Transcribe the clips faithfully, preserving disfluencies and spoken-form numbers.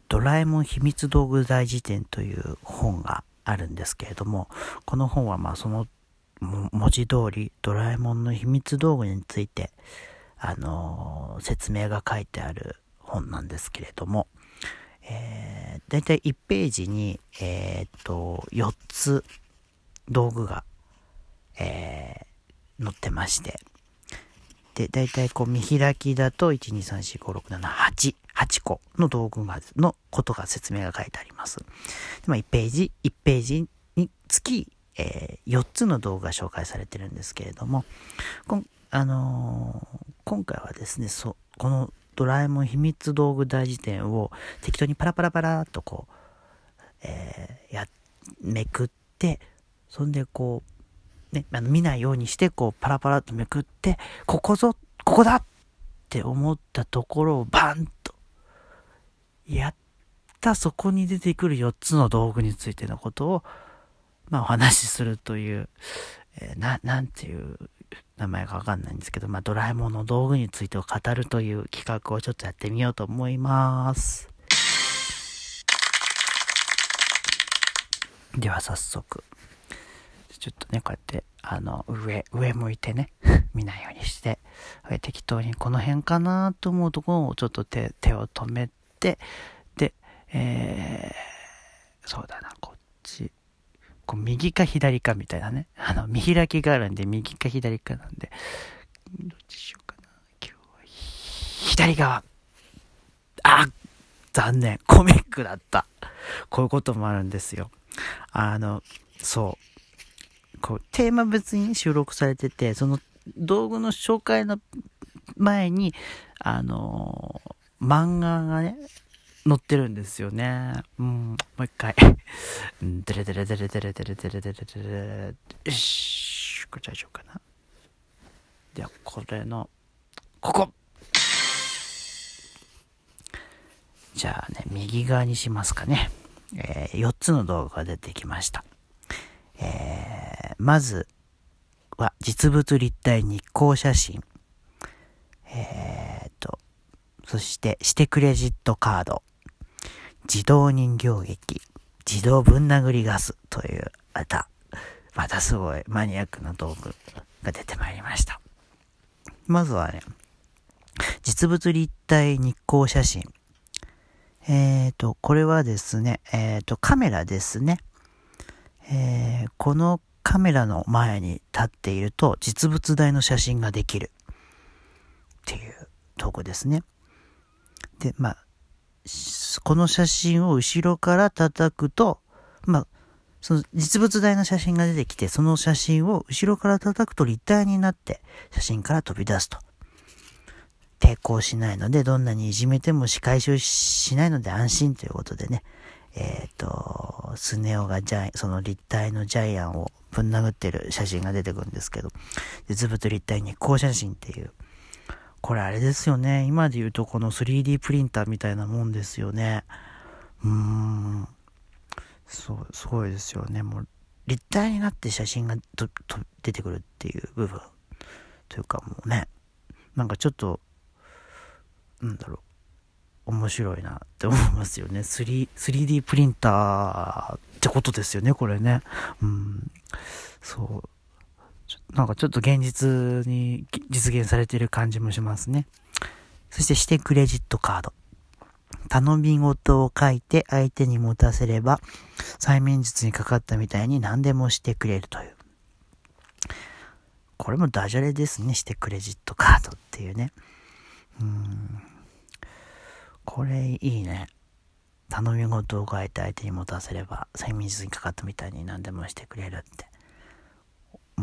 ドラえもん秘密道具大辞典という本があるんですけれども、この本はまあその文字通りドラえもんの秘密道具について、あのー、説明が書いてある本なんですけれども、えー、だいたいいちページに、えー、っとよっつ道具が、えー、載ってまして、でだいたいこう見開きだといちにさんしごろくななはち はちこの道具がのことが説明が書いてあります。で、まあ、いちページいちページにつき、えー、よっつの道具が紹介されてるんですけれども、こん、あのー、今回はですね、そこのドラえもん秘密道具大辞典を適当にパラパラパラっとこう、えー、やめくって、そんでこうね、あの見ないようにしてこうパラパラっとめくって、ここぞここだって思ったところをバンとやったそこに出てくるよっつの道具についてのことを、まあ、お話しするという、えー、ななんていう名前かわかんないんですけど、まあ、ドラえもんの道具についてを語るという企画をちょっとやってみようと思います。では早速ちょっとね、こうやってあの上上向いてね見ないようにして、適当にこの辺かなと思うところをちょっと 手, 手を止めて、で、えー、そうだな、こっちこう右か左かみたいなね、あの見開きがあるんで右か左かなんで、どっちしようかな、今日は左側。あ、残念、コミックだった。こういうこともあるんですよ。あのそうこうテーマ別に収録されてて、その道具の紹介の前にあのー、漫画がね載ってるんですよね。うん、もう一回デレデレデレデレデレデレデレデレ、よし、これ大丈夫かな。ではこれのここ、じゃあね、右側にしますかね。えー、よっつの道具が出てきました。えー、まずは実物立体日光写真、えーとそしてしてクレジットカード、自動人形劇、自動ぶん殴りガスという、またまたすごいマニアックな道具が出てまいりました。まずはね、実物立体日光写真、えーとこれはですね、えーとカメラですね。えー、このカメラの前に立っていると実物大の写真ができるっていう道具ですね。で、まあこの写真を後ろから叩くと、まあその実物大の写真が出てきて、その写真を後ろから叩くと立体になって写真から飛び出すと。抵抗しないので、どんなにいじめても仕返しをしないので安心ということでね、えっと、スネ夫がジャイ、その立体のジャイアンをぶん殴ってる写真が出てくるんですけど、実物立体日光写真っていう、これあれですよね。今で言うとこの スリーディー プリンターみたいなもんですよね。うーん。そう、すごいですよね。もう、立体になって写真がとと出てくるっていう部分。というかもうね、なんかちょっと、なんだろう。面白いなって思いますよね。スリー、スリーディー プリンターってことですよね、これね。うん。そう。なんかちょっと現実に実現されている感じもしますね。そしてしてクレジットカード。頼み事を書いて相手に持たせれば、催眠術にかかったみたいに何でもしてくれるという。これもダジャレですね、してクレジットカードっていうね。うーん。これいいね。頼み事を書いて相手に持たせれば催眠術にかかったみたいに何でもしてくれるって。うん。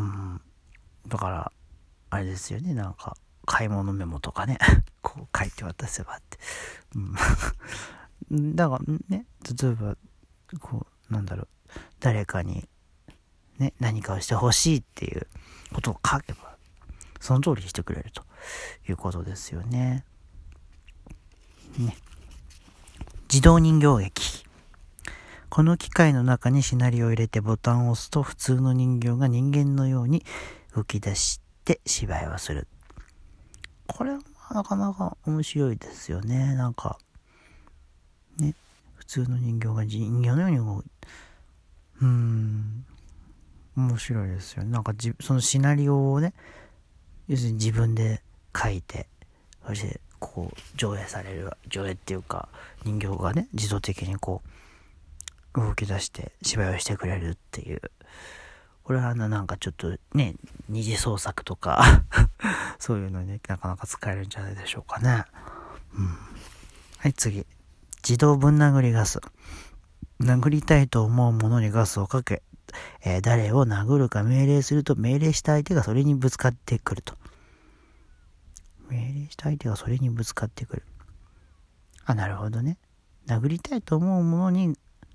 だからあれですよね、なんか買い物メモとかねこう書いて渡せばって、うん、だからね、例えばこうなんだろう、誰かにね何かをしてほしいっていうことを書けばその通りにしてくれるということですよね。ね。自動人形劇。この機械の中にシナリオを入れてボタンを押すと普通の人形が人間のように動き出して芝居をする。これはなかなか面白いですよね。なんかね、 通の人形が人形のように動く。うーん面白いですよね。なんかじそのシナリオをね、要するに自分で書いて、そしてこう上映される、上映っていうか人形がね自動的にこう動き出して芝居をしてくれるっていう。これはあのなんかちょっとね二次創作とかそういうのに、ね、なかなか使えるんじゃないでしょうかね。うん、はい次、自動ぶん殴りガス。殴りたいと思うものにガスをかけ、えー、誰を殴るか命令すると、命令した相手がそれにぶつかってくると。命令した相手がそれにぶつかってくる。あ、なるほどね。殴りたいと思うものに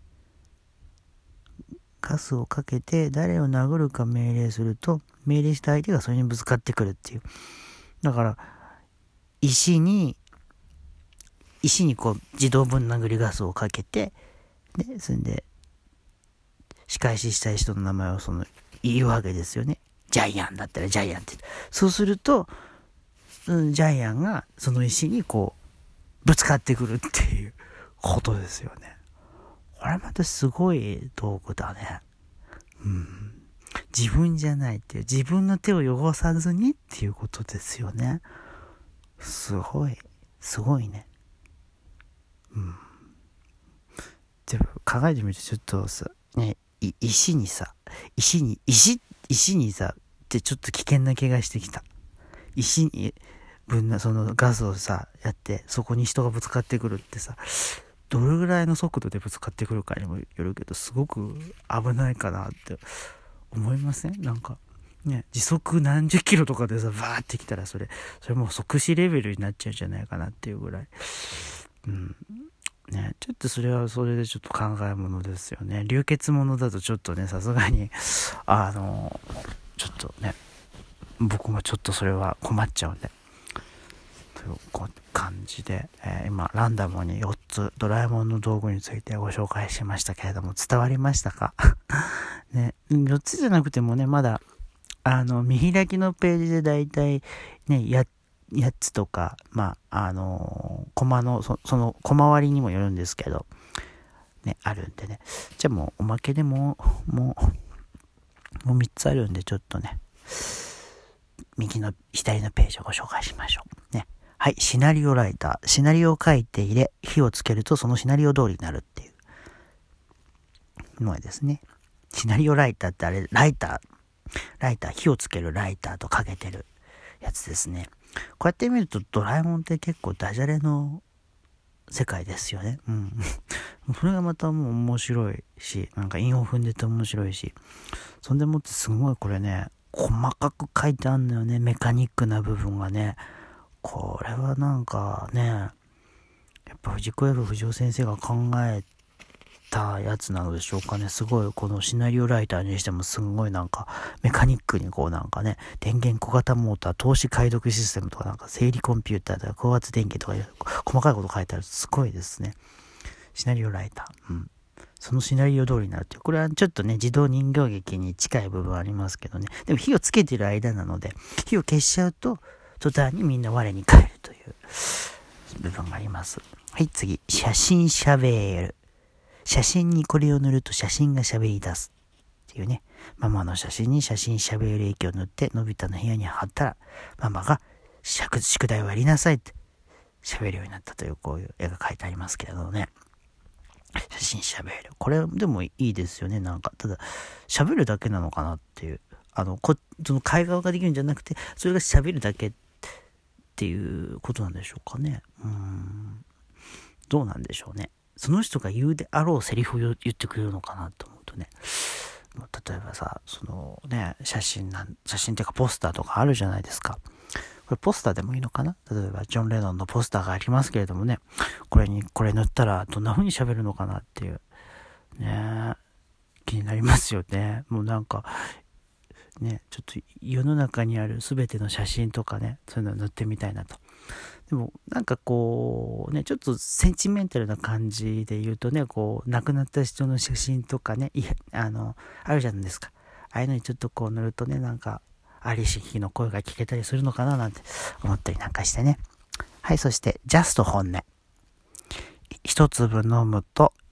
ガスをかけて誰を殴るか命令すると、命令した相手がそれにぶつかってくるっていう。だから石に石にこう自動ぶん殴りガスをかけて、でそれで仕返ししたい人の名前をその言うわけですよね。ジャイアンだったらジャイアンって。そうすると、うん、ジャイアンがその石にこうぶつかってくるっていうことですよね。これまたすごい道具だね。うん。自分じゃないっていう、自分の手を汚さずにっていうことですよね。すごい、すごいね。うん。でも考えてみるとちょっとさ、ね、石にさ、石に、石、石にさ、ってちょっと危険な気がしてきた。石にぶんな、そのガスをさ、やって、そこに人がぶつかってくるってさ、どれぐらいの速度でぶつかってくるかにもよるけど、すごく危ないかなって思いません？なんかね、時速何十キロとかでさバーってきたら、それそれもう即死レベルになっちゃうんじゃないかなっていうぐらい、うんね、ちょっとそれはそれでちょっと考えものですよね。流血ものだとちょっとね、さすがにあのちょっとね、僕もちょっとそれは困っちゃうんで、という感じで、えー、今ランダムによっつドラえもんの道具についてご紹介しましたけれども、伝わりましたか？ね、よっつじゃなくてもね、まだあの見開きのページでだいたいね、ややっつとか、まああのー、コマの そ, そのコマ割りにもよるんですけどね、あるんでね、じゃあもうおまけでももうもうみっつあるんで、ちょっとね右の左のページをご紹介しましょうね。はい、シナリオライター。シナリオを書いて入れ、火をつけるとそのシナリオ通りになるっていうのですね。シナリオライターってあれ、ライター、ライター、火をつけるライターとかけてるやつですね。こうやって見るとドラえもんって結構ダジャレの世界ですよね。うん。それがまたもう面白いし、なんか韻を踏んでて面白いし、そんでもってすごいこれね、細かく書いてあるんだよね、メカニックな部分がね。これはなんかね、やっぱ藤子 F 不二雄先生が考えたやつなのでしょうかね。すごいこのシナリオライターにしてもすごいなんかメカニックにこうなんかね、電源小型モーター、透視解読システムとかなんか整理コンピューターとか高圧電気とか細かいこと書いてある。すごいですね。シナリオライター。うん。そのシナリオ通りになるっていう。これはちょっとね、自動人形劇に近い部分ありますけどね。でも火をつけてる間なので、火を消しちゃうと、途端にみんな我に返るという部分があります。はい、次。写真しゃべる。写真にこれを塗ると写真がしゃべり出す。っていうね。ママの写真に写真しゃべる液を塗って、のび太の部屋に貼ったら、ママが宿題をやりなさいって喋るようになったという、こういう絵が描いてありますけれどね。写真しゃべる。これでもいいですよね。なんか、ただ、喋るだけなのかなっていう。あの、こその会話ができるんじゃなくて、それが喋るだけっていうことなんでしょうかね。うーん。どうなんでしょうね。その人が言うであろうセリフを言ってくれるのかなと思うとね。例えばさ、そのね、写真なん、写真っていうかポスターとかあるじゃないですか。これポスターでもいいのかな？例えばジョン・レノンのポスターがありますけれどもね、これにこれ塗ったらどんな風に喋るのかなっていうね、気になりますよね。もうなんかね、ちょっと世の中にある全ての写真とかね、そういうのを塗ってみたいなと。でもなんかこうね、ちょっとセンチメンタルな感じで言うとね、こう亡くなった人の写真とかね、いやあのあるじゃないですか。ああいうのにちょっとこう塗るとね、なんかアリシヒの声が聞けたりするのかななんて思ったりなんかしてね。はい、そしてジャスト本音。一粒飲むと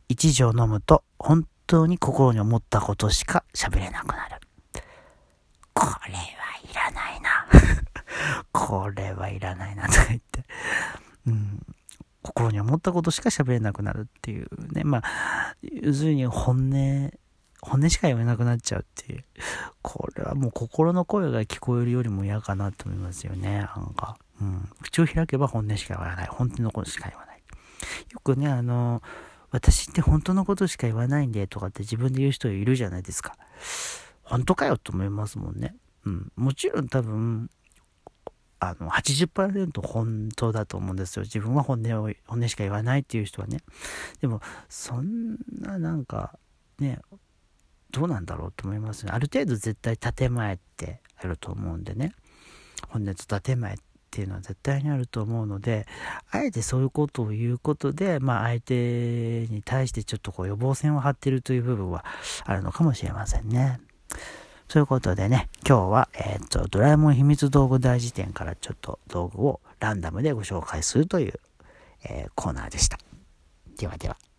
一錠飲むと本当に心に思ったことしか喋れなくなる。これはいらないな。これはいらないなとか言って。うん、心に思ったことしか喋れなくなるっていうね。まあ、要するに本音、本音しか言えなくなっちゃうっていう。これはもう心の声が聞こえるよりも嫌かなと思いますよね。なんか、うん、口を開けば本音しか言わない。本当のことしか言わない。よくね、あの、私って本当のことしか言わないんでとかって自分で言う人いるじゃないですか。本当かよと思いますもんね。うん。もちろん多分、あの、はちじゅっパーセント 本当だと思うんですよ。自分は本音を、本音しか言わないっていう人はね。でも、そんななんか、ね、どうなんだろうと思いますね。ある程度絶対建前ってあると思うんでね。本音と建前っていうのは絶対にあると思うので、あえてそういうことを言うことで、まあ相手に対してちょっとこう予防線を張っているという部分はあるのかもしれませんね。ということでね、今日は、えっと、ドラえもん秘密道具大辞典からちょっと道具をランダムでご紹介するという、えー、コーナーでした。ではでは。